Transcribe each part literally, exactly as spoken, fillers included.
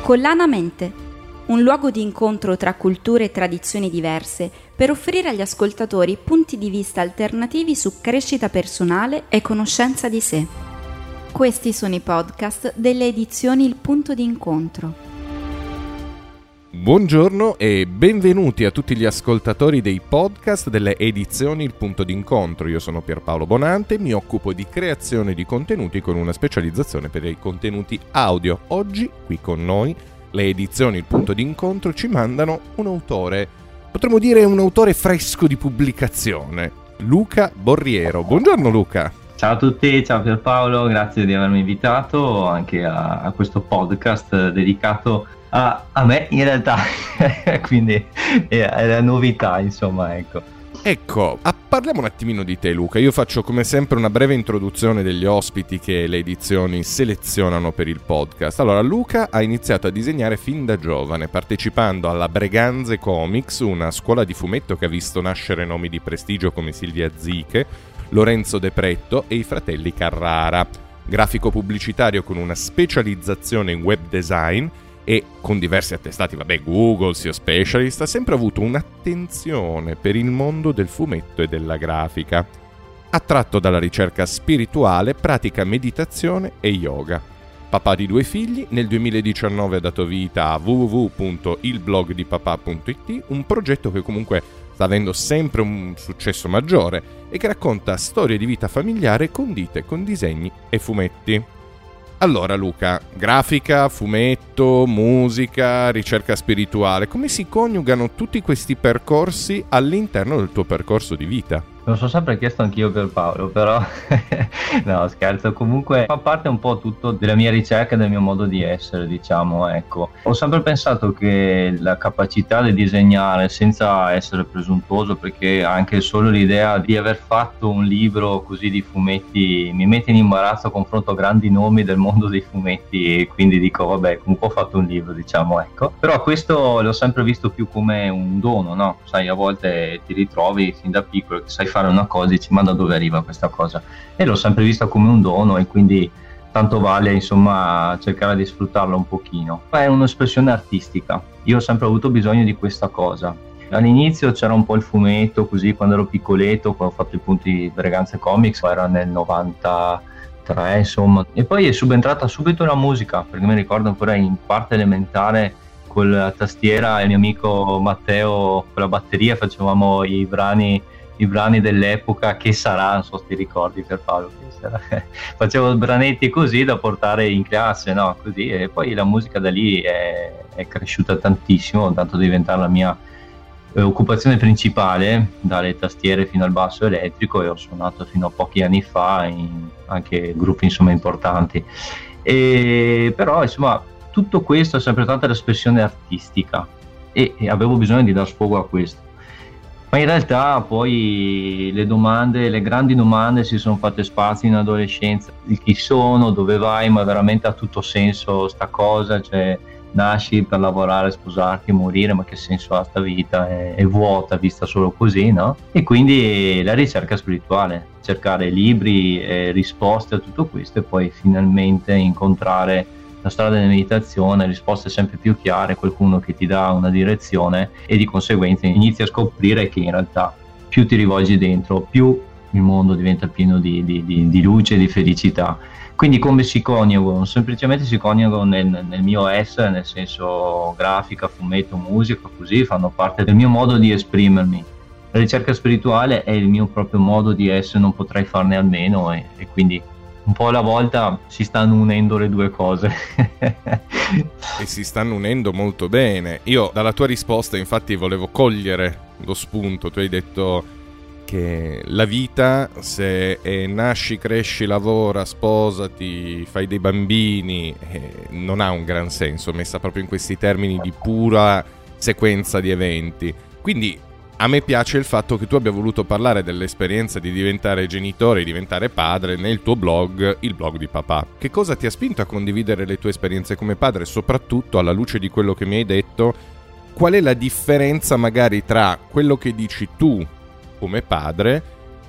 Collana Mente, un luogo di incontro tra culture e tradizioni diverse per offrire agli ascoltatori punti di vista alternativi su crescita personale e conoscenza di sé. Questi sono i podcast delle edizioni Il Punto di Incontro. Buongiorno e benvenuti a tutti gli ascoltatori dei podcast delle edizioni Il Punto d'Incontro. Io sono Pierpaolo Bonante, mi occupo di creazione di contenuti con una specializzazione per i contenuti audio. Oggi, qui con noi, le edizioni Il Punto d'Incontro ci mandano un autore, potremmo dire un autore fresco di pubblicazione, Luca Borriero. Buongiorno Luca. Ciao a tutti, ciao Pierpaolo, grazie di avermi invitato anche a, a questo podcast dedicato a, a me in realtà, quindi è, è la novità, insomma, ecco. Ecco, ah, parliamo un attimino di te Luca. Io faccio come sempre una breve introduzione degli ospiti che le edizioni selezionano per il podcast. Allora, Luca ha iniziato a disegnare fin da giovane, partecipando alla Breganze Comics, una scuola di fumetto che ha visto nascere nomi di prestigio come Silvia Ziche, Lorenzo De Pretto e i fratelli Carrara. Grafico pubblicitario con una specializzazione in web design e con diversi attestati, vabbè, Google, S E O Specialist, ha sempre avuto un'attenzione per il mondo del fumetto e della grafica. Attratto dalla ricerca spirituale, pratica meditazione e yoga. Papà di due figli, nel duemiladiciannove ha dato vita a w w w punto il blog di papà punto i t, un progetto che comunque sta avendo sempre un successo maggiore e che racconta storie di vita familiare condite con disegni e fumetti. Allora Luca, grafica, fumetto, musica, ricerca spirituale, come si coniugano tutti questi percorsi all'interno del tuo percorso di vita? Me lo sono sempre chiesto anch'io per Paolo, però no, scherzo, comunque fa parte un po' tutto della mia ricerca e del mio modo di essere, diciamo, ecco. Ho sempre pensato che la capacità di disegnare senza essere presuntuoso, perché anche solo l'idea di aver fatto un libro così di fumetti mi mette in imbarazzo a confronto a grandi nomi del mondo dei fumetti, e quindi dico vabbè, comunque ho fatto un libro, diciamo, ecco. Però questo l'ho sempre visto più come un dono, no? Sai, a volte ti ritrovi fin da piccolo che sai fare una cosa e dici ma da dove arriva questa cosa, e l'ho sempre vista come un dono e quindi tanto vale insomma cercare di sfruttarla un pochino. È un'espressione artistica, io ho sempre avuto bisogno di questa cosa. All'inizio c'era un po' il fumetto, così quando ero piccoletto, quando ho fatto i punti di Breganze Comics, era nel novantatré insomma, e poi è subentrata subito la musica, perché mi ricordo ancora in parte elementare con la tastiera e il mio amico Matteo con la batteria facevamo i brani i brani dell'epoca, che sarà, non so se ti ricordi per Paolo, che sarà. Facevo branetti così da portare in classe, no? Così, e poi la musica da lì è, è cresciuta tantissimo, tanto da diventare la mia eh, occupazione principale, dalle tastiere fino al basso elettrico, e ho suonato fino a pochi anni fa in anche gruppi insomma importanti. E, però insomma tutto questo è sempre stata l'espressione artistica e, e avevo bisogno di dar sfogo a questo. Ma in realtà poi le domande, le grandi domande si sono fatte spazio in adolescenza. Di chi sono, dove vai, ma veramente ha tutto senso sta cosa? Cioè, nasci per lavorare, sposarti, morire, ma che senso ha sta vita? È, è vuota vista solo così, no? E quindi la ricerca spirituale, cercare libri, eh, risposte a tutto questo e poi finalmente incontrare la strada della meditazione, risposte sempre più chiare, qualcuno che ti dà una direzione e di conseguenza inizi a scoprire che in realtà più ti rivolgi dentro, più il mondo diventa pieno di, di, di, di luce e di felicità. Quindi come si coniugano? Semplicemente si coniugano nel, nel mio essere, nel senso grafica, fumetto, musica, così fanno parte del mio modo di esprimermi. La ricerca spirituale è il mio proprio modo di essere, non potrei farne a meno e, e quindi un po' alla volta si stanno unendo le due cose. E si stanno unendo molto bene. Io dalla tua risposta infatti volevo cogliere lo spunto. Tu hai detto che la vita, se è nasci, cresci, lavora, sposati, fai dei bambini, eh, non ha un gran senso messa proprio in questi termini di pura sequenza di eventi. Quindi a me piace il fatto che tu abbia voluto parlare dell'esperienza di diventare genitore, di diventare padre nel tuo blog, il blog di papà. Che cosa ti ha spinto a condividere le tue esperienze come padre? Soprattutto alla luce di quello che mi hai detto, qual è la differenza magari tra quello che dici tu come padre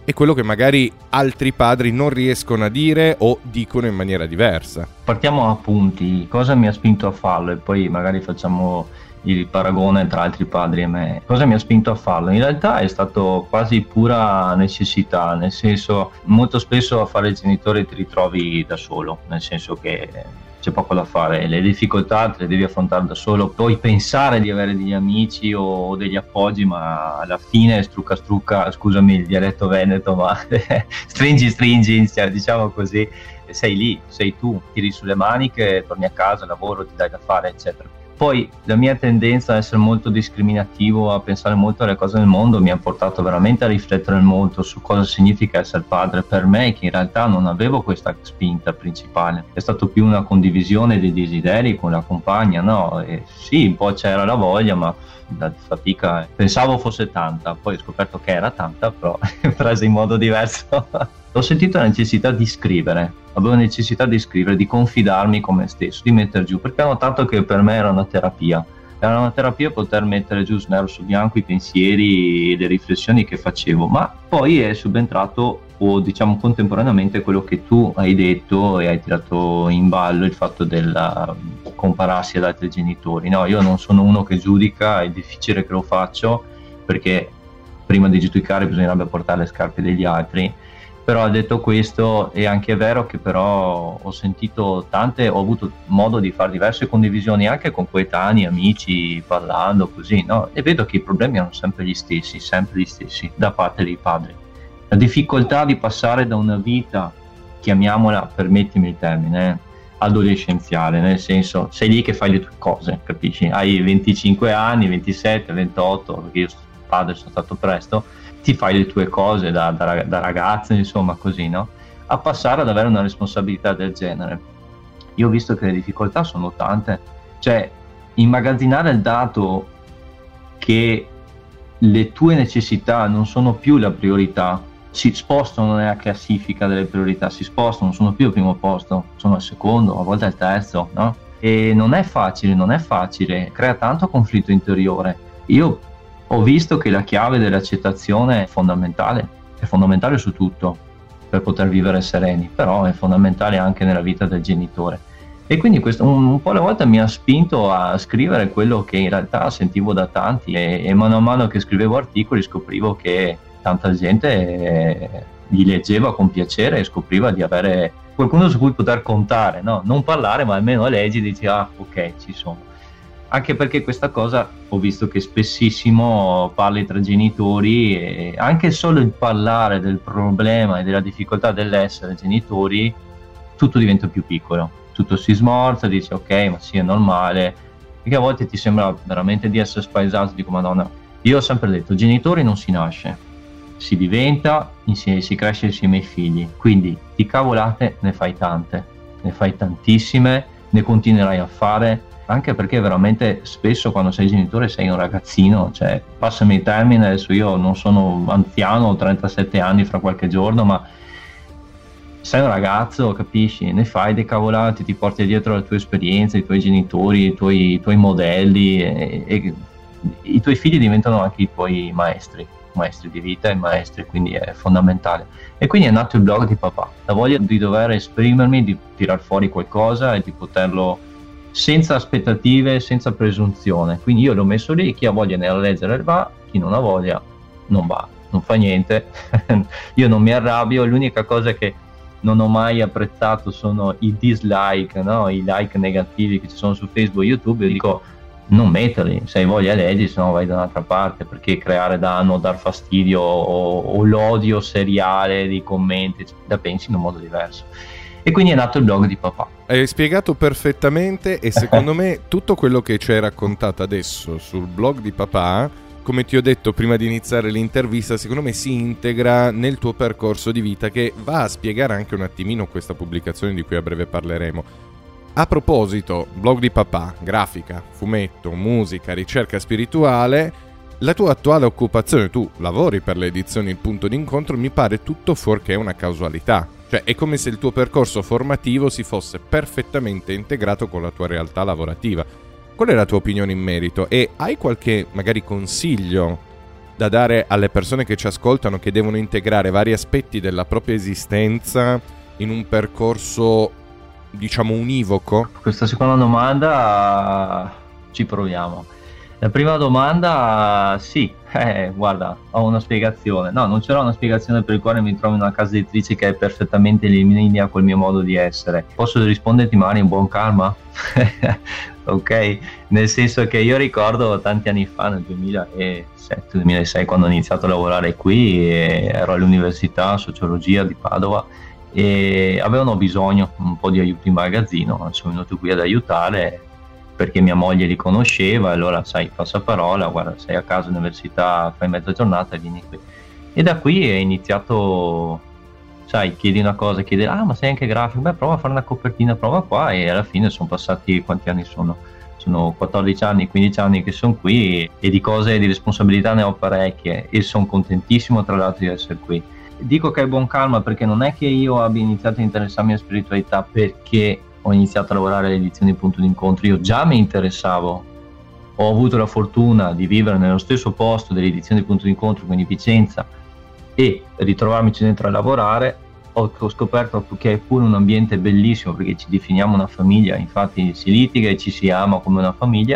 e quello che magari altri padri non riescono a dire o dicono in maniera diversa. Partiamo a punti, cosa mi ha spinto a farlo e poi magari facciamo il paragone tra altri padri e me. Cosa mi ha spinto a farlo? In realtà è stato quasi pura necessità, nel senso, molto spesso a fare il genitore ti ritrovi da solo, nel senso che c'è poco da fare, le difficoltà te le devi affrontare da solo, puoi pensare di avere degli amici o degli appoggi, ma alla fine strucca strucca, scusami il dialetto veneto, ma stringi stringi, diciamo così, sei lì, sei tu, tiri sulle maniche, torni a casa, lavoro, ti dai da fare, eccetera. Poi la mia tendenza a essere molto discriminativo, a pensare molto alle cose del mondo, mi ha portato veramente a riflettere molto su cosa significa essere padre per me, che in realtà non avevo questa spinta principale. È stato più una condivisione dei desideri con la compagna, no? E sì, un po' c'era la voglia, ma la fatica pensavo fosse tanta, poi ho scoperto che era tanta, però presa in modo diverso. Ho sentito la necessità di scrivere, avevo necessità di scrivere, di confidarmi con me stesso, di mettere giù, perché ho notato che per me era una terapia. Era una terapia poter mettere giù nero su bianco i pensieri e le riflessioni che facevo, ma poi è subentrato, o diciamo contemporaneamente, quello che tu hai detto e hai tirato in ballo, il fatto del compararsi ad altri genitori. No, io non sono uno che giudica, è difficile che lo faccio, perché prima di giudicare bisognerebbe portare le scarpe degli altri. Però detto questo, è anche vero che però ho sentito tante, ho avuto modo di fare diverse condivisioni anche con coetanei, amici, parlando così, no? E vedo che i problemi erano sempre gli stessi, sempre gli stessi da parte dei padri. La difficoltà di passare da una vita, chiamiamola, permettimi il termine, eh, adolescenziale, nel senso, sei lì che fai le tue cose, capisci? Hai venticinque anni, ventisette, ventotto, perché io padre sono stato presto, ti fai le tue cose da, da, da ragazzo, insomma, così, no? A passare ad avere una responsabilità del genere. Io ho visto che le difficoltà sono tante, cioè immagazzinare il dato che le tue necessità non sono più la priorità, si spostano nella classifica delle priorità, si spostano, non sono più al primo posto, sono al secondo, a volte al terzo, no? E non è facile, non è facile, crea tanto conflitto interiore. Io ho visto che la chiave dell'accettazione è fondamentale, è fondamentale su tutto per poter vivere sereni, però è fondamentale anche nella vita del genitore. E quindi questo un, un po' alla volta mi ha spinto a scrivere quello che in realtà sentivo da tanti e, e mano a mano che scrivevo articoli scoprivo che tanta gente eh, li leggeva con piacere e scopriva di avere qualcuno su cui poter contare, no? Non parlare, ma almeno leggi e dici ah ok, ci sono. Anche perché questa cosa ho visto che spessissimo parli tra genitori e anche solo il parlare del problema e della difficoltà dell'essere genitori, tutto diventa più piccolo, tutto si smorza, dici ok, ma sì, è normale, perché a volte ti sembra veramente di essere spaesato, dico madonna, io ho sempre detto, genitori non si nasce, si diventa, insieme, si cresce insieme ai figli, quindi di cavolate ne fai tante, ne fai tantissime, ne continuerai a fare, anche perché veramente spesso quando sei genitore sei un ragazzino, cioè passami il termine, adesso io non sono anziano, ho trentasette anni fra qualche giorno, ma sei un ragazzo, capisci, ne fai dei cavolati, ti porti dietro le tue esperienze, i tuoi genitori, i tuoi, i tuoi modelli e, e i tuoi figli diventano anche i tuoi maestri, maestri di vita e maestri, quindi è fondamentale. E quindi è nato il blog di papà, la voglia di dover esprimermi, di tirar fuori qualcosa e di poterlo senza aspettative, senza presunzione. Quindi io l'ho messo lì, chi ha voglia nella leggere va, chi non ha voglia non va, non fa niente. Io non mi arrabbio, l'unica cosa che non ho mai apprezzato sono i dislike, no? I like negativi che ci sono su Facebook e YouTube. Io dico non metterli, se hai voglia leggi, se no vai da un'altra parte, perché creare danno, dar fastidio o, o l'odio seriale di commenti, la pensi in un modo diverso. E quindi è nato il blog di papà. Hai spiegato perfettamente e secondo me tutto quello che ci hai raccontato adesso sul blog di papà, come ti ho detto prima di iniziare l'intervista, secondo me si integra nel tuo percorso di vita, che va a spiegare anche un attimino questa pubblicazione di cui a breve parleremo. A proposito, blog di papà, grafica, fumetto, musica, ricerca spirituale, la tua attuale occupazione, tu lavori per le edizioni Il Punto d'Incontro, mi pare tutto fuorché una casualità. Cioè è come se il tuo percorso formativo si fosse perfettamente integrato con la tua realtà lavorativa. Qual è la tua opinione in merito? E hai qualche magari consiglio da dare alle persone che ci ascoltano, che devono integrare vari aspetti della propria esistenza in un percorso, diciamo, univoco? Questa seconda domanda ci proviamo. La prima domanda, sì, eh, guarda, ho una spiegazione. No, non c'era una spiegazione per il quale mi trovo in una casa editrice che è perfettamente in linea col mio modo di essere. Posso risponderti magari in buon karma? Ok, nel senso che io ricordo tanti anni fa, nel duemilasette duemilasei, quando ho iniziato a lavorare qui, ero all'università sociologia di Padova e avevano bisogno un po' di aiuto in magazzino. Sono venuto qui ad aiutare perché mia moglie li conosceva, e allora sai, passaparola, guarda, sei a casa all'università, fai mezza giornata e vieni qui. E da qui è iniziato, sai, chiedi una cosa, chiedi, ah ma sei anche grafico, beh prova a fare una copertina, prova qua, e alla fine sono passati, quanti anni sono? Sono quattordici anni, quindici anni che sono qui, e di cose, di responsabilità ne ho parecchie, e sono contentissimo tra l'altro di essere qui. Dico che è buon karma perché non è che io abbia iniziato a interessarmi alla spiritualità perché ho iniziato a lavorare alle edizioni Punto d'incontro. Io già mi interessavo, ho avuto la fortuna di vivere nello stesso posto delle edizioni Punto d'incontro, quindi Vicenza, e ritrovarmici dentro a lavorare. Ho, ho scoperto che è pure un ambiente bellissimo perché ci definiamo una famiglia, infatti si litiga e ci si ama come una famiglia,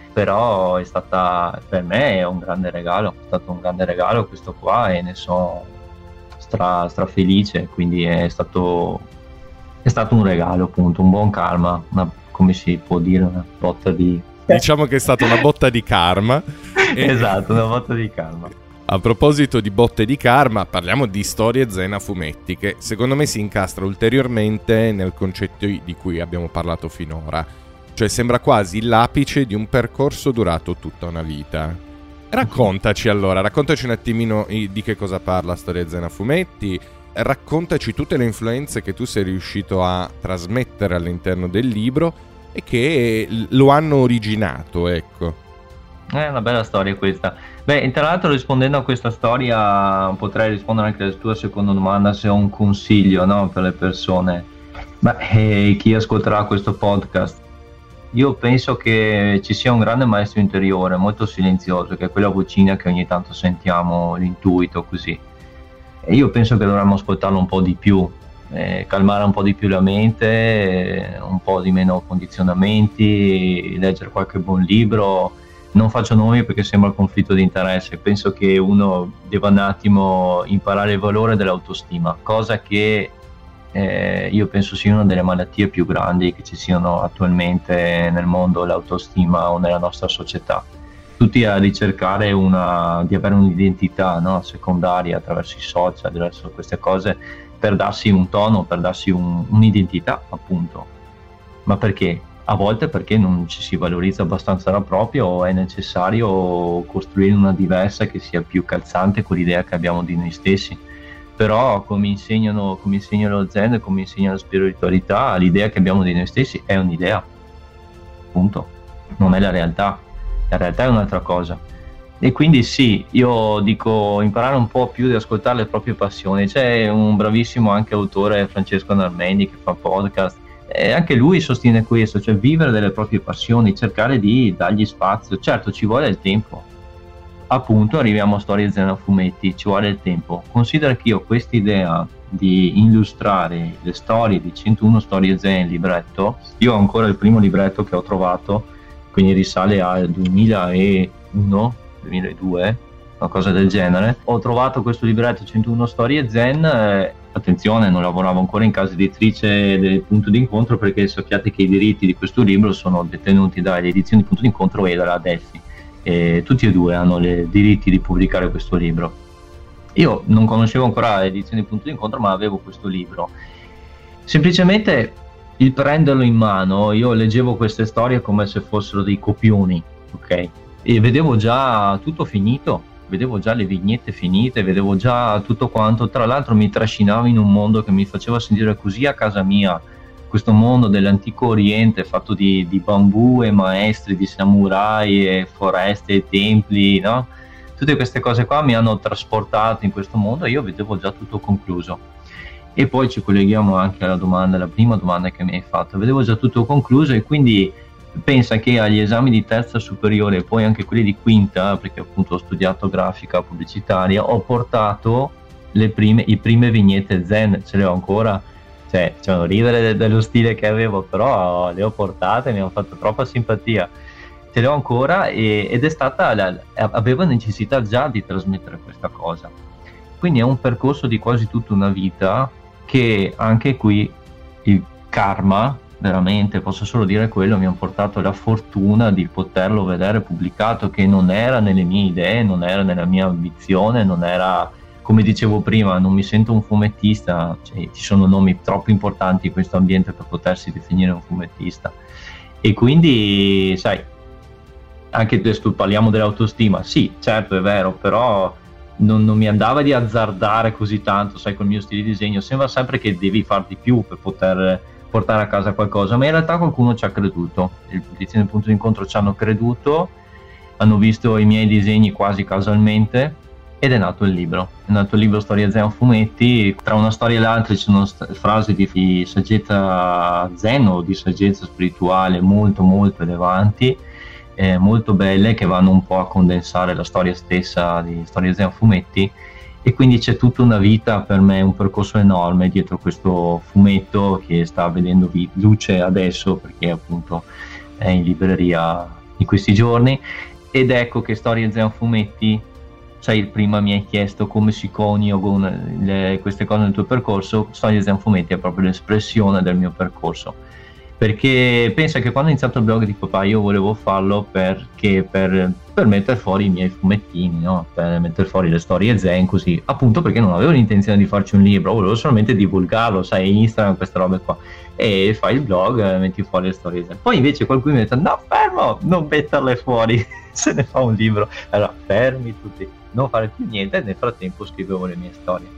però è stata, per me è un grande regalo, è stato un grande regalo questo qua e ne sono stra, stra felice, quindi è stato... È stato un regalo, appunto, un buon karma, una, come si può dire, una botta di... Diciamo che è stata una botta di karma. E... Esatto, una botta di karma. A proposito di botte di karma, parliamo di Storie Zen a fumetti, che secondo me si incastra ulteriormente nel concetto di cui abbiamo parlato finora. Cioè sembra quasi l'apice di un percorso durato tutta una vita. Raccontaci allora, raccontaci un attimino di che cosa parla Storie Zen a fumetti. Raccontaci tutte le influenze che tu sei riuscito a trasmettere all'interno del libro e che lo hanno originato, ecco. È una bella storia questa. Beh, tra l'altro, rispondendo a questa storia potrei rispondere anche alla tua seconda domanda, se ho un consiglio, no, per le persone. Beh, eh, chi ascolterà questo podcast, io penso che ci sia un grande maestro interiore molto silenzioso, che è quella vocina che ogni tanto sentiamo, l'intuito, così. E io penso che dovremmo ascoltarlo un po' di più, eh, calmare un po' di più la mente, eh, un po' di meno condizionamenti, leggere qualche buon libro. Non faccio nomi perché sembra il conflitto di interesse, penso che uno debba un attimo imparare il valore dell'autostima, cosa che eh, io penso sia una delle malattie più grandi che ci siano attualmente nel mondo, l'autostima o nella nostra società. Tutti a ricercare una, di avere un'identità, no, secondaria attraverso i social, attraverso queste cose, per darsi un tono, per darsi un, un'identità, appunto. Ma perché? A volte perché non ci si valorizza abbastanza la propria, o è necessario costruire una diversa che sia più calzante con l'idea che abbiamo di noi stessi. Però come insegnano, come insegna lo Zen e come insegna la spiritualità, l'idea che abbiamo di noi stessi è un'idea, appunto, non è la realtà. La realtà è un'altra cosa. E quindi sì, io dico imparare un po' più di ascoltare le proprie passioni. C'è un bravissimo anche autore, Francesco Narmendi, che fa podcast, e anche lui sostiene questo, cioè vivere delle proprie passioni, cercare di dargli spazio. Certo, ci vuole il tempo, appunto arriviamo a Storie Zen a fumetti, ci vuole il tempo. Considera che io questa idea di illustrare le storie di centouno Storie Zen, libretto, io ho ancora il primo libretto che ho trovato, quindi risale al duemilauno duemiladue, una cosa del genere. Ho trovato questo libretto centouno Storie Zen, eh, attenzione, non lavoravo ancora in casa editrice del Punto d'incontro, perché sappiate che i diritti di questo libro sono detenuti dalle edizioni Punto d'incontro e dalla Delphi, e tutti e due hanno i diritti di pubblicare questo libro. Io non conoscevo ancora le edizioni Punto d'incontro, ma avevo questo libro. Semplicemente il prenderlo in mano, io leggevo queste storie come se fossero dei copioni, ok? E vedevo già tutto finito, vedevo già le vignette finite, vedevo già tutto quanto. Tra l'altro mi trascinavo in un mondo che mi faceva sentire così a casa mia, questo mondo dell'antico oriente fatto di, di bambù e maestri, di samurai e foreste e templi, no? Tutte queste cose qua mi hanno trasportato in questo mondo e io vedevo già tutto concluso. E poi ci colleghiamo anche alla domanda, la prima domanda che mi hai fatto. Vedevo già tutto concluso e quindi pensa che agli esami di terza superiore e poi anche quelli di quinta, perché appunto ho studiato grafica pubblicitaria, ho portato le prime, i prime vignette zen, ce le ho ancora, cioè facevano ridere de- dello stile che avevo, però le ho portate, mi hanno fatto troppa simpatia, ce le ho ancora e, ed è stata la, avevo necessità già di trasmettere questa cosa, quindi è un percorso di quasi tutta una vita che anche qui il karma, veramente posso solo dire quello, mi ha portato la fortuna di poterlo vedere pubblicato, che non era nelle mie idee, non era nella mia ambizione, non era, come dicevo prima, non mi sento un fumettista, cioè, ci sono nomi troppo importanti in questo ambiente per potersi definire un fumettista, e quindi sai, anche adesso parliamo dell'autostima, sì certo è vero, però non, non mi andava di azzardare così tanto, sai, col mio stile di disegno sembra sempre che devi far di più per poter portare a casa qualcosa, ma in realtà qualcuno ci ha creduto, il Edizioni Punto d'incontro ci hanno creduto, hanno visto i miei disegni quasi casualmente ed è nato il libro, è nato il libro Storie Zen Fumetti. Tra una storia e l'altra ci sono st- frasi di, di saggezza zen o di saggezza spirituale molto molto elevanti, eh, molto belle, che vanno un po' a condensare la storia stessa di Storie Zen Fumetti, e quindi c'è tutta una vita per me, un percorso enorme dietro questo fumetto che sta vedendo vi- luce adesso perché appunto è in libreria in questi giorni. Ed ecco che Storie Zen Fumetti, sai, prima mi hai chiesto come si coniugano le, queste cose nel tuo percorso. Storie Zen Fumetti è proprio l'espressione del mio percorso, perché pensa che quando ho iniziato il blog di papà io volevo farlo perché per, per mettere fuori i miei fumettini, no? Per mettere fuori le storie zen, così, appunto perché non avevo l'intenzione di farci un libro, volevo solamente divulgarlo, sai, Instagram, queste robe qua, e fai il blog, metti fuori le storie zen. Poi invece qualcuno mi ha detto no, fermo, non metterle fuori, se ne fa un libro. Allora fermi tutti, non fare più niente, e nel frattempo scrivevo le mie storie.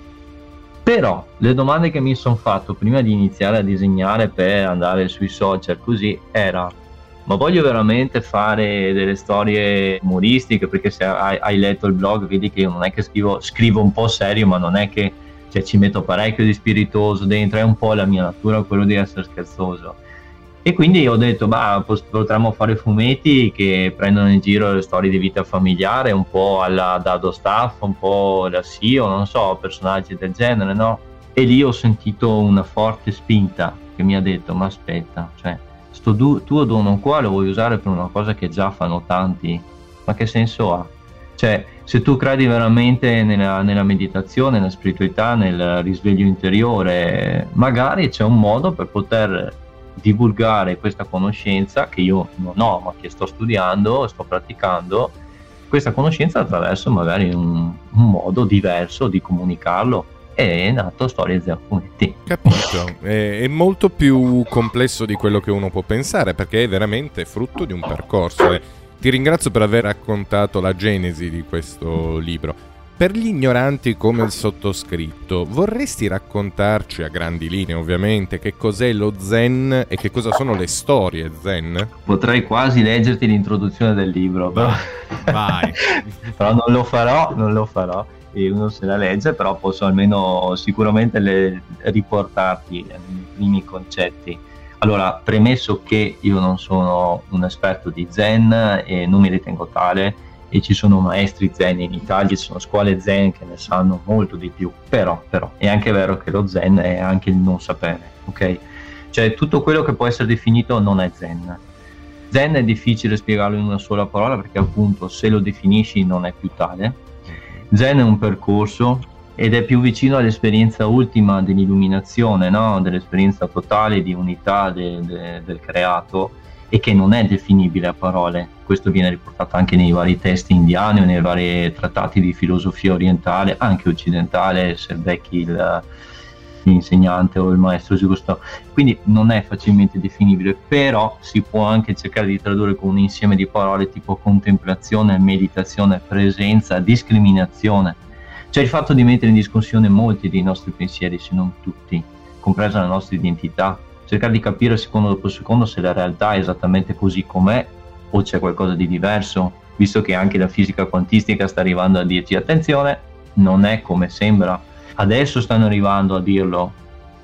Però le domande che mi sono fatto prima di iniziare a disegnare per andare sui social così era: ma voglio veramente fare delle storie umoristiche? Perché se hai, hai letto il blog vedi che io non è che scrivo, scrivo un po' serio, ma non è che, cioè, ci metto parecchio di spiritoso dentro, è un po' la mia natura quello di essere scherzoso. E quindi ho detto, ma potremmo fare fumetti che prendono in giro le storie di vita familiare, un po' alla Dado Staff, un po' da S I O, non so, personaggi del genere, no? E lì ho sentito una forte spinta che mi ha detto, ma aspetta, cioè, sto du- tuo dono qua lo vuoi usare per una cosa che già fanno tanti? Ma che senso ha? Cioè, se tu credi veramente nella, nella meditazione, nella spiritualità, nel risveglio interiore, magari c'è un modo per poter divulgare questa conoscenza che io non ho ma che sto studiando, sto praticando questa conoscenza attraverso magari un, un modo diverso di comunicarlo. È nato Storie Zen Fumetti. Capito, è, è molto più complesso di quello che uno può pensare, perché è veramente frutto di un percorso, e ti ringrazio per aver raccontato la genesi di questo libro. Per gli ignoranti come il sottoscritto, vorresti raccontarci a grandi linee, ovviamente, che cos'è lo Zen e che cosa sono le storie Zen? Potrei quasi leggerti l'introduzione del libro, però, vai. Però non lo farò, non lo farò, e uno se la legge, però posso almeno sicuramente le, riportarti i primi concetti. Allora, premesso che io non sono un esperto di Zen e non mi ritengo tale, e ci sono maestri zen in Italia, ci sono scuole zen che ne sanno molto di più, però, però è anche vero che lo zen è anche il non sapere, ok? Cioè tutto quello che può essere definito non è zen. Zen è difficile spiegarlo in una sola parola perché appunto se lo definisci non è più tale. Zen è un percorso ed è più vicino all'esperienza ultima dell'illuminazione, no? Dell'esperienza totale di unità de, de, del creato, e che non è definibile a parole. Questo viene riportato anche nei vari testi indiani o nei vari trattati di filosofia orientale, anche occidentale, se becchi il, l'insegnante o il maestro giusto. Quindi non è facilmente definibile, però si può anche cercare di tradurre con un insieme di parole tipo contemplazione, meditazione, presenza, discriminazione. Cioè il fatto di mettere in discussione molti dei nostri pensieri, se non tutti, compresa la nostra identità, cercare di capire secondo dopo secondo se la realtà è esattamente così com'è o c'è qualcosa di diverso, visto che anche la fisica quantistica sta arrivando a dirci attenzione, non è come sembra. Adesso stanno arrivando a dirlo,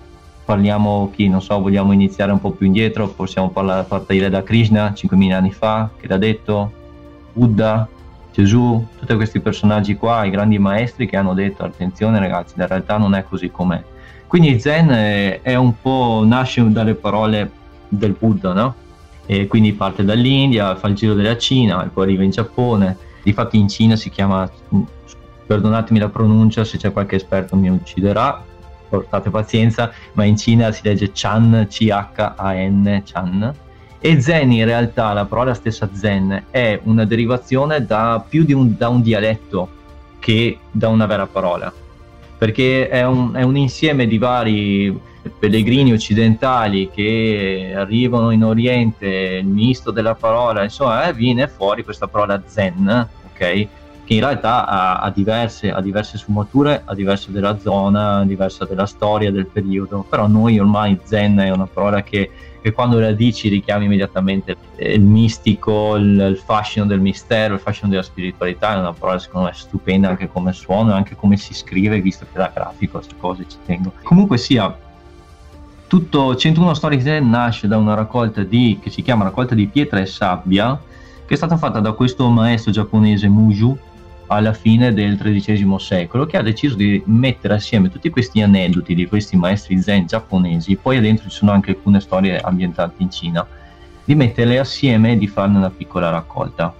parliamo, chi non so, vogliamo iniziare un po' più indietro, possiamo parlare, partire da Krishna, cinquemila anni fa, che l'ha detto, Buddha, Gesù, tutti questi personaggi qua, i grandi maestri che hanno detto attenzione ragazzi, la realtà non è così com'è. Quindi Zen è, è un po', nasce dalle parole del Buddha, no? E quindi parte dall'India, fa il giro della Cina e poi arriva in Giappone. Difatti in Cina si chiama, perdonatemi la pronuncia, se c'è qualche esperto mi ucciderà, portate pazienza, ma in Cina si legge Chan, C H A N, Chan. E Zen in realtà, la parola stessa Zen, è una derivazione da più di un, da un dialetto che da una vera parola, perché è un, è un insieme di vari pellegrini occidentali che arrivano in Oriente, il misto della parola, insomma eh, viene fuori questa parola Zen, ok? Che in realtà ha, ha, diverse, ha diverse sfumature, ha diverse della zona, diversa della storia, del periodo, però noi ormai Zen è una parola che, che quando la dici richiami immediatamente il mistico, il, il fascino del mistero, il fascino della spiritualità. È una parola secondo me stupenda anche come suono, anche come si scrive, visto che da grafico queste cose ci tengo. Comunque sia, tutto centouno Storie Zen nasce da una raccolta di, che si chiama raccolta di pietra e sabbia, che è stata fatta da questo maestro giapponese Muju alla fine del tredicesimo secolo, che ha deciso di mettere assieme tutti questi aneddoti di questi maestri zen giapponesi, poi dentro ci sono anche alcune storie ambientate in Cina, di metterle assieme e di farne una piccola raccolta.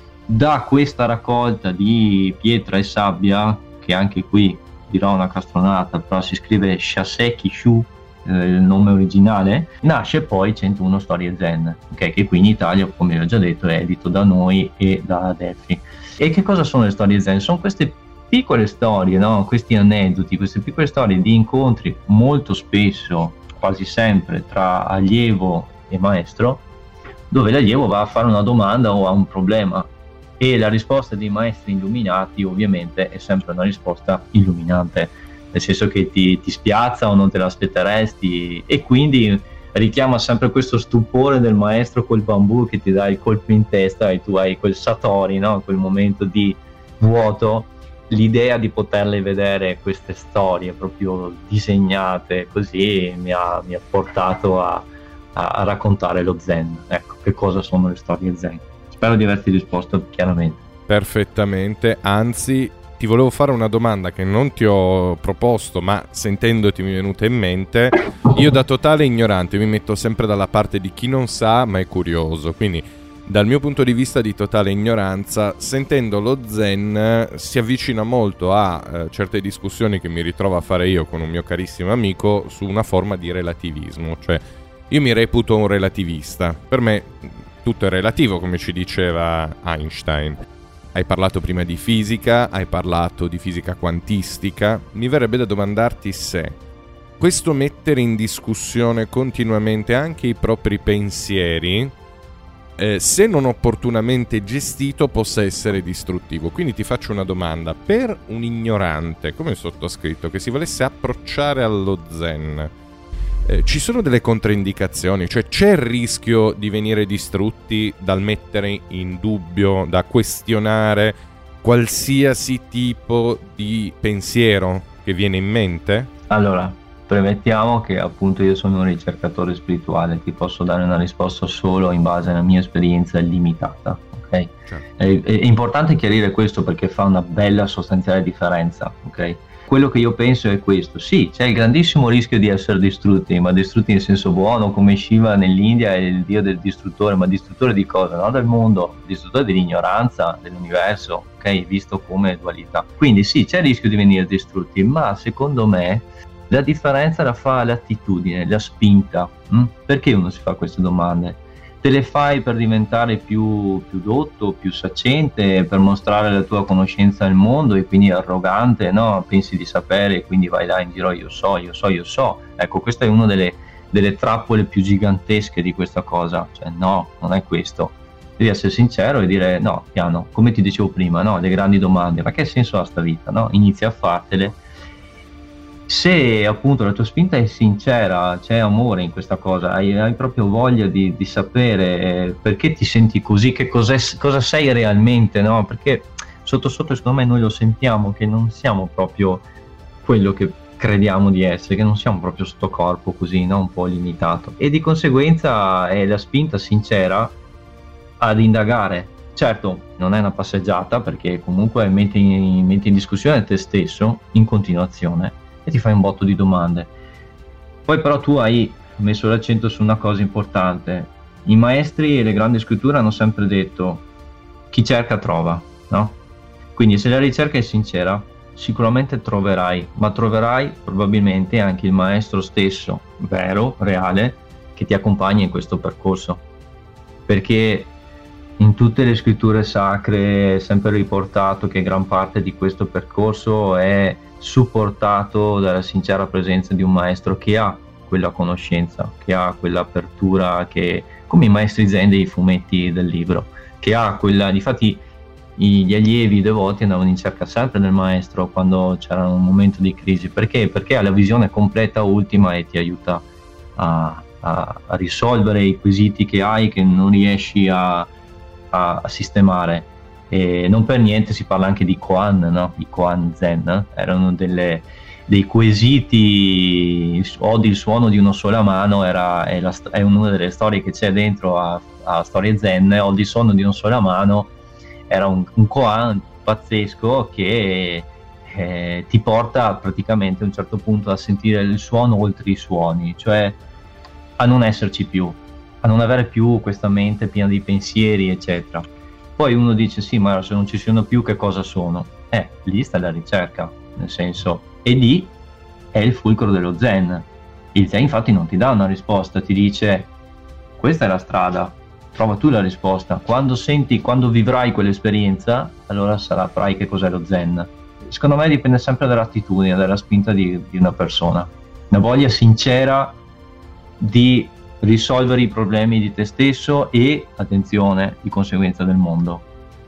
Da questa raccolta di pietra e sabbia, che anche qui dirò una castronata, però si scrive Shaseki Shu, eh, il nome originale, nasce poi centouno Storie Zen, okay, che qui in Italia, come ho già detto, è edito da noi e da Adelphi. E che cosa sono le storie Zen? Sono queste piccole storie, no? Questi aneddoti, queste piccole storie di incontri molto spesso, quasi sempre, tra allievo e maestro, dove l'allievo va a fare una domanda o ha un problema e la risposta dei maestri illuminati ovviamente è sempre una risposta illuminante, nel senso che ti, ti spiazza o non te l'aspetteresti, e quindi richiama sempre questo stupore del maestro col bambù che ti dà il colpo in testa e tu hai quel satori, no? Quel momento di vuoto. L'idea di poterle vedere queste storie proprio disegnate così mi ha, mi ha portato a, a, a raccontare lo Zen. Ecco, che cosa sono le storie Zen. Spero di averti risposto chiaramente. Perfettamente, anzi ti volevo fare una domanda che non ti ho proposto, ma sentendoti mi è venuta in mente. Io da totale ignorante mi metto sempre dalla parte di chi non sa ma è curioso, quindi dal mio punto di vista di totale ignoranza, sentendo lo Zen si avvicina molto a eh, certe discussioni che mi ritrovo a fare io con un mio carissimo amico su una forma di relativismo. Cioè, io mi reputo un relativista, per me tutto è relativo, come ci diceva Einstein. Hai parlato prima di fisica, hai parlato di fisica quantistica. Mi verrebbe da domandarti se questo mettere in discussione continuamente anche i propri pensieri, eh, se non opportunamente gestito, possa essere distruttivo. Quindi ti faccio una domanda: per un ignorante come il sottoscritto che si volesse approcciare allo Zen, Eh, ci sono delle controindicazioni? Cioè c'è il rischio di venire distrutti dal mettere in dubbio, da questionare qualsiasi tipo di pensiero che viene in mente? Allora, premettiamo che appunto io sono un ricercatore spirituale, ti posso dare una risposta solo in base alla mia esperienza limitata, ok? Certo. È, è importante chiarire questo perché fa una bella sostanziale differenza, ok? Quello che io penso è questo: sì, c'è il grandissimo rischio di essere distrutti, ma distrutti in senso buono, come Shiva nell'India è il dio del distruttore, ma distruttore di cosa? Non del mondo, distruttore dell'ignoranza, dell'universo, ok? Visto come dualità. Quindi sì, c'è il rischio di venire distrutti, ma secondo me la differenza la fa l'attitudine, la spinta. hm? Perché uno si fa queste domande? Te le fai per diventare più, più dotto, più saccente, per mostrare la tua conoscenza del mondo e quindi arrogante, no? Pensi di sapere e quindi vai là in giro, io so, io so, io so. Ecco, questa è una delle, delle trappole più gigantesche di questa cosa. Cioè no, non è questo. Devi essere sincero e dire no, piano, come ti dicevo prima, no? Le grandi domande, ma che senso ha sta vita, no? Inizia a fartele. Se appunto la tua spinta è sincera, c'è amore in questa cosa, hai, hai proprio voglia di, di sapere eh, perché ti senti così, che cosa sei realmente, no? Perché sotto sotto secondo me noi lo sentiamo che non siamo proprio quello che crediamo di essere, che non siamo proprio sto corpo così, no? Un po' limitato, e di conseguenza è la spinta sincera ad indagare. Certo, non è una passeggiata, perché comunque metti in, metti in discussione te stesso in continuazione e ti fai un botto di domande. Poi però tu hai messo l'accento su una cosa importante. I maestri e le grandi scritture hanno sempre detto: chi cerca trova, no? Quindi se la ricerca è sincera, sicuramente troverai, ma troverai probabilmente anche il maestro stesso, vero, reale, che ti accompagna in questo percorso. Perché in tutte le scritture sacre è sempre riportato che gran parte di questo percorso è supportato dalla sincera presenza di un maestro che ha quella conoscenza, che ha quell'apertura, che, come i maestri zen dei fumetti del libro, che ha quella, difatti gli allievi, i devoti andavano in cerca sempre del maestro quando c'era un momento di crisi. Perché? Perché ha la visione completa, ultima, e ti aiuta a, a, a risolvere i quesiti che hai, che non riesci a, a, a sistemare. E non per niente si parla anche di koan, no? I koan zen erano delle, dei quesiti. Odi il suono di una sola mano, era, è, la, è una delle storie che c'è dentro a, a storie zen. Odi il suono di una sola mano era un, un koan pazzesco che eh, ti porta praticamente a un certo punto a sentire il suono oltre i suoni, cioè a non esserci più, a non avere più questa mente piena di pensieri, eccetera. Poi uno dice: sì, ma se non ci sono più, che cosa sono? Eh, lì sta la ricerca, nel senso, e lì è il fulcro dello zen. Il zen infatti non ti dà una risposta, ti dice: questa è la strada, trova tu la risposta. Quando senti, quando vivrai quell'esperienza, allora saprai che cos'è lo zen. Secondo me dipende sempre dall'attitudine, dalla spinta di, di una persona, una voglia sincera di risolvere i problemi di te stesso e, attenzione, di conseguenza del mondo,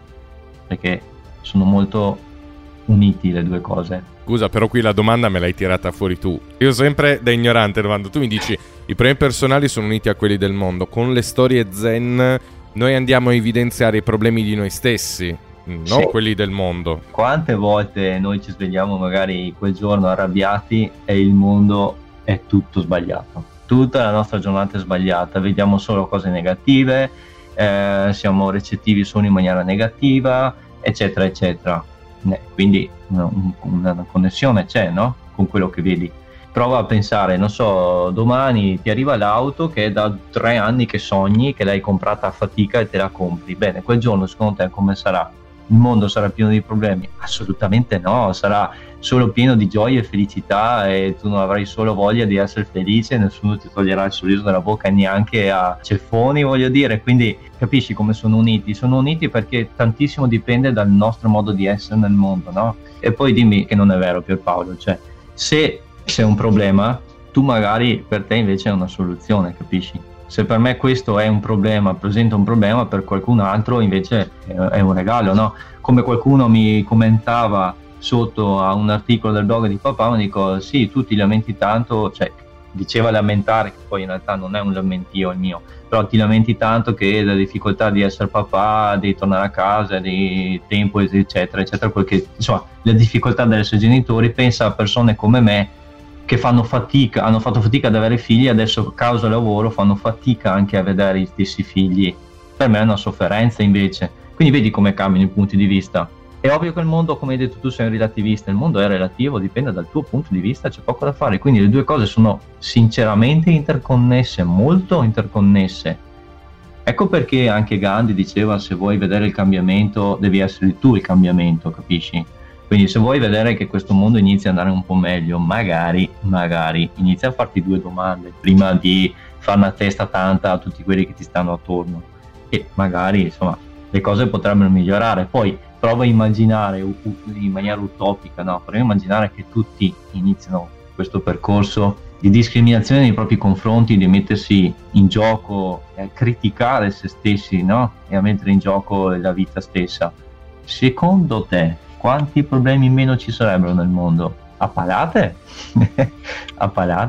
perché sono molto uniti le due cose. Scusa, però qui la domanda me l'hai tirata fuori tu. Io sempre da ignorante domando, tu mi dici i problemi personali sono uniti a quelli del mondo, con le storie zen noi andiamo a evidenziare i problemi di noi stessi, non sì. quelli del mondo. Quante volte noi ci svegliamo magari quel giorno arrabbiati e il mondo è tutto sbagliato, tutta la nostra giornata è sbagliata, vediamo solo cose negative, eh, siamo recettivi solo in maniera negativa, eccetera eccetera. Eh, quindi una, una connessione c'è, no? Con quello che vedi. Prova a pensare, non so, domani ti arriva l'auto che è da tre anni che sogni, che l'hai comprata a fatica e te la compri. Bene, quel giorno secondo te come sarà? Il mondo sarà pieno di problemi? Assolutamente no, sarà solo pieno di gioia e felicità, e tu non avrai solo voglia di essere felice, nessuno ti toglierà il sorriso dalla bocca, neanche a ceffoni, voglio dire. Quindi capisci come sono uniti? Sono uniti perché tantissimo dipende dal nostro modo di essere nel mondo, no? E poi dimmi che non è vero, Pierpaolo, cioè se c'è un problema, tu magari per te invece è una soluzione, capisci? Se per me questo è un problema, presenta un problema, per qualcun altro invece è un regalo, no? Come qualcuno mi commentava sotto a un articolo del blog di papà, mi dico: sì, tu ti lamenti tanto, cioè diceva lamentare, che poi in realtà non è un lamentio il mio, però ti lamenti tanto che la difficoltà di essere papà, di tornare a casa, di tempo, eccetera eccetera, quel che, insomma, le difficoltà di essere genitori. Pensa a persone come me che fanno fatica, hanno fatto fatica ad avere figli, adesso a causa lavoro fanno fatica anche a vedere gli stessi figli. Per me è una sofferenza invece. Quindi vedi come cambiano i punti di vista. È ovvio che il mondo, come hai detto tu, sei un relativista, il mondo è relativo, dipende dal tuo punto di vista, c'è poco da fare. Quindi le due cose sono sinceramente interconnesse, molto interconnesse. Ecco perché anche Gandhi diceva: se vuoi vedere il cambiamento devi essere tu il cambiamento, capisci? Quindi se vuoi vedere che questo mondo inizia ad andare un po' meglio, magari, magari inizia a farti due domande prima di fare una testa tanta a tutti quelli che ti stanno attorno, e magari insomma le cose potrebbero migliorare. Poi prova a immaginare in maniera utopica, no? Prova a immaginare che tutti iniziano questo percorso di discriminazione nei propri confronti, di mettersi in gioco, a criticare se stessi, no? E a mettere in gioco la vita stessa. Secondo te quanti problemi in meno ci sarebbero nel mondo? A palate? A palate?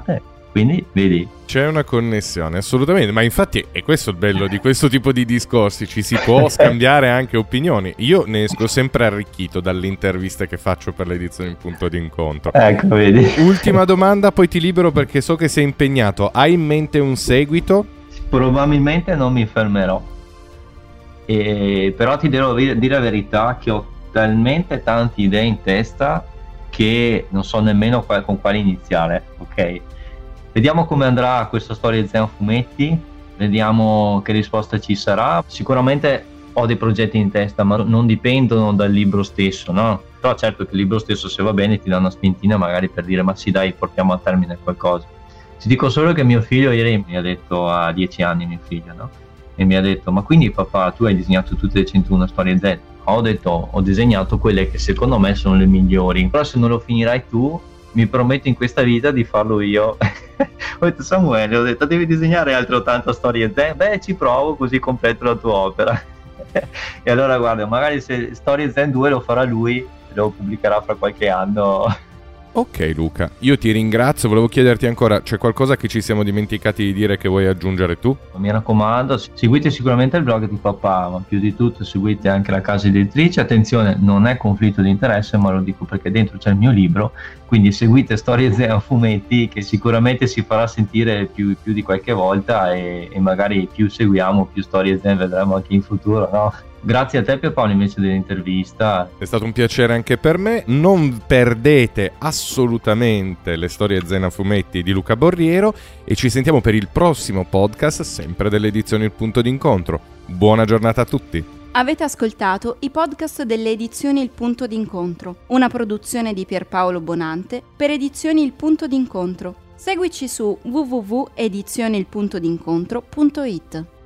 Quindi, vedi. C'è una connessione, assolutamente, ma infatti è questo il bello di questo tipo di discorsi, ci si può scambiare anche opinioni. Io ne esco sempre arricchito dalle interviste che faccio per l'edizione Il Punto d'Incontro. Ecco, vedi. Ultima domanda, poi ti libero perché so che sei impegnato. Hai in mente un seguito? Probabilmente non mi fermerò, e, però ti devo dire la verità che ho talmente tante idee in testa che non so nemmeno qual- con quale iniziare, ok? Vediamo come andrà questa storia di Zen a fumetti, vediamo che risposta ci sarà. Sicuramente ho dei progetti in testa, ma non dipendono dal libro stesso, no? Però certo che il libro stesso, se va bene, ti dà una spintina magari per dire ma sì dai, portiamo a termine qualcosa. Ti dico solo che mio figlio ieri mi ha detto, a dieci anni mio figlio, no? E mi ha detto ma quindi papà tu hai disegnato tutte le centouno storie Zen? Ho detto ho disegnato quelle che secondo me sono le migliori, però se non lo finirai tu mi prometto in questa vita di farlo io. Ho detto Samuele, ho detto devi disegnare altre ottanta storie Zen? Beh ci provo così completo la tua opera. E allora guarda, magari se Storie Zen due lo farà lui, lo pubblicherà fra qualche anno. Ok Luca, io ti ringrazio, volevo chiederti ancora, c'è qualcosa che ci siamo dimenticati di dire che vuoi aggiungere tu? Mi raccomando, seguite sicuramente il blog di papà, ma più di tutto seguite anche la casa editrice. Attenzione, non è conflitto di interesse, ma lo dico perché dentro c'è il mio libro, quindi seguite Storie Zen a fumetti che sicuramente si farà sentire più, più di qualche volta e, e magari più seguiamo, più Storie Zen vedremo anche in futuro, no? Grazie a te Pierpaolo invece dell'intervista. È stato un piacere anche per me. Non perdete assolutamente le Storie Zen a fumetti di Luca Borriero e ci sentiamo per il prossimo podcast sempre dell'edizione Il Punto d'Incontro. Buona giornata a tutti. Avete ascoltato i podcast delle edizioni Il Punto d'Incontro, una produzione di Pierpaolo Bonante per edizioni Il Punto d'Incontro. Seguici su w w w punto edizioni il punto d'incontro punto i t.